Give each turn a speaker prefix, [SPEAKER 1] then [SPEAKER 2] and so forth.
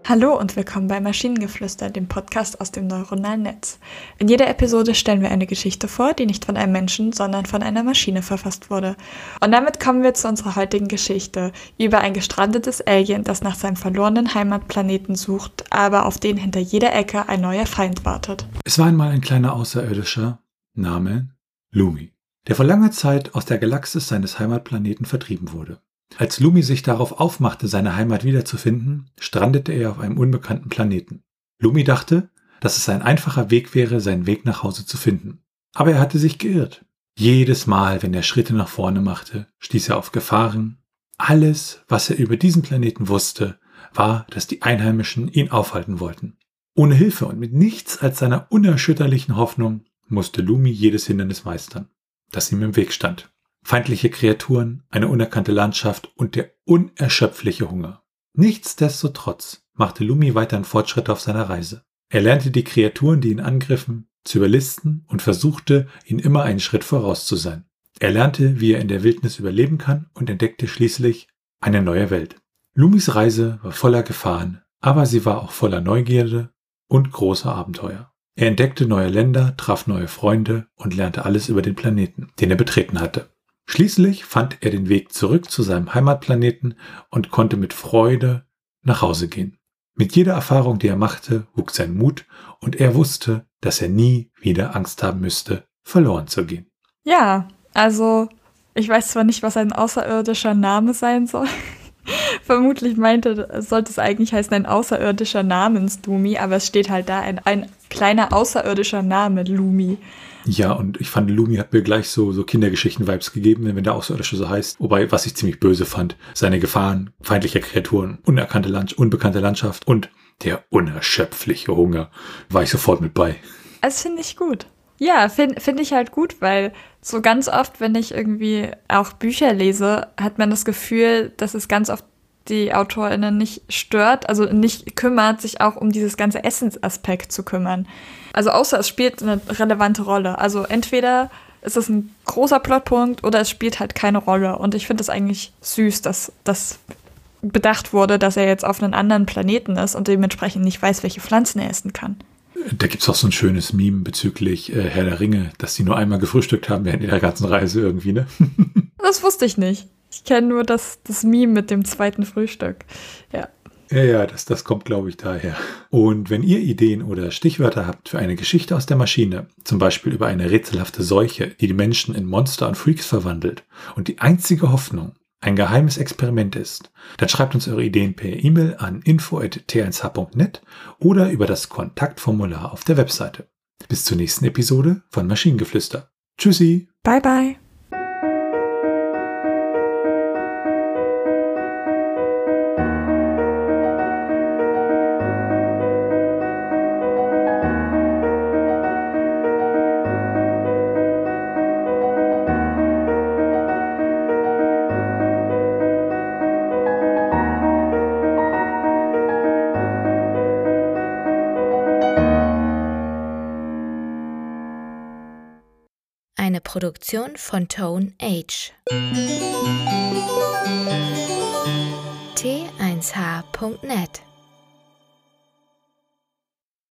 [SPEAKER 1] Hallo und willkommen bei Maschinengeflüster, dem Podcast aus dem neuronalen Netz. In jeder Episode stellen wir eine Geschichte vor, die nicht von einem Menschen, sondern von einer Maschine verfasst wurde. Und damit kommen wir zu unserer heutigen Geschichte über ein gestrandetes Alien, das nach seinem verlorenen Heimatplaneten sucht, aber auf den hinter jeder Ecke ein neuer Feind wartet.
[SPEAKER 2] Es war einmal ein kleiner Außerirdischer, Name Lumi, der vor langer Zeit aus der Galaxis seines Heimatplaneten vertrieben wurde. Als Lumi sich darauf aufmachte, seine Heimat wiederzufinden, strandete er auf einem unbekannten Planeten. Lumi dachte, dass es ein einfacher Weg wäre, seinen Weg nach Hause zu finden. Aber er hatte sich geirrt. Jedes Mal, wenn er Schritte nach vorne machte, stieß er auf Gefahren. Alles, was er über diesen Planeten wusste, war, dass die Einheimischen ihn aufhalten wollten. Ohne Hilfe und mit nichts als seiner unerschütterlichen Hoffnung musste Lumi jedes Hindernis meistern, das ihm im Weg stand. Feindliche Kreaturen, eine unerkannte Landschaft und der unerschöpfliche Hunger. Nichtsdestotrotz machte Lumi weiterhin Fortschritte auf seiner Reise. Er lernte die Kreaturen, die ihn angriffen, zu überlisten und versuchte, ihnen immer einen Schritt voraus zu sein. Er lernte, wie er in der Wildnis überleben kann und entdeckte schließlich eine neue Welt. Lumis Reise war voller Gefahren, aber sie war auch voller Neugierde und großer Abenteuer. Er entdeckte neue Länder, traf neue Freunde und lernte alles über den Planeten, den er betreten hatte. Schließlich fand er den Weg zurück zu seinem Heimatplaneten und konnte mit Freude nach Hause gehen. Mit jeder Erfahrung, die er machte, wuchs sein Mut und er wusste, dass er nie wieder Angst haben müsste, verloren zu gehen.
[SPEAKER 1] Ja, also ich weiß zwar nicht, was ein außerirdischer Name sein soll. Vermutlich sollte es eigentlich heißen, ein außerirdischer namens Lumi, aber es steht halt da, ein kleiner außerirdischer Name, Lumi.
[SPEAKER 2] Ja, und ich fand, Lumi hat mir gleich so Kindergeschichten-Vibes gegeben, wenn der Außerirdische so heißt. Wobei, was ich ziemlich böse fand, seine Gefahren, feindliche Kreaturen, unbekannte Landschaft und der unerschöpfliche Hunger, war ich sofort mit bei.
[SPEAKER 1] Das finde ich gut. Ja, find ich halt gut, weil so ganz oft, wenn ich irgendwie auch Bücher lese, hat man das Gefühl, dass es ganz oft die AutorInnen nicht stört, also nicht kümmert, sich auch um dieses ganze Essensaspekt zu kümmern. Also außer es spielt eine relevante Rolle. Also entweder ist es ein großer Plotpunkt oder es spielt halt keine Rolle. Und ich finde es eigentlich süß, dass das bedacht wurde, dass er jetzt auf einem anderen Planeten ist und dementsprechend nicht weiß, welche Pflanzen er essen kann.
[SPEAKER 2] Da gibt's auch so ein schönes Meme bezüglich Herr der Ringe, dass die nur einmal gefrühstückt haben während ihrer ganzen Reise irgendwie, ne?
[SPEAKER 1] Das wusste ich nicht. Ich kenne nur das Meme mit dem zweiten Frühstück. Ja.
[SPEAKER 2] Ja, das kommt, glaube ich, daher. Und wenn ihr Ideen oder Stichwörter habt für eine Geschichte aus der Maschine, zum Beispiel über eine rätselhafte Seuche, die Menschen in Monster und Freaks verwandelt und die einzige Hoffnung ein geheimes Experiment ist, dann schreibt uns eure Ideen per E-Mail an info@t1h.net oder über das Kontaktformular auf der Webseite. Bis zur nächsten Episode von Maschinengeflüster. Tschüssi.
[SPEAKER 1] Bye, bye.
[SPEAKER 3] Eine Produktion von Tone Age. T1h.net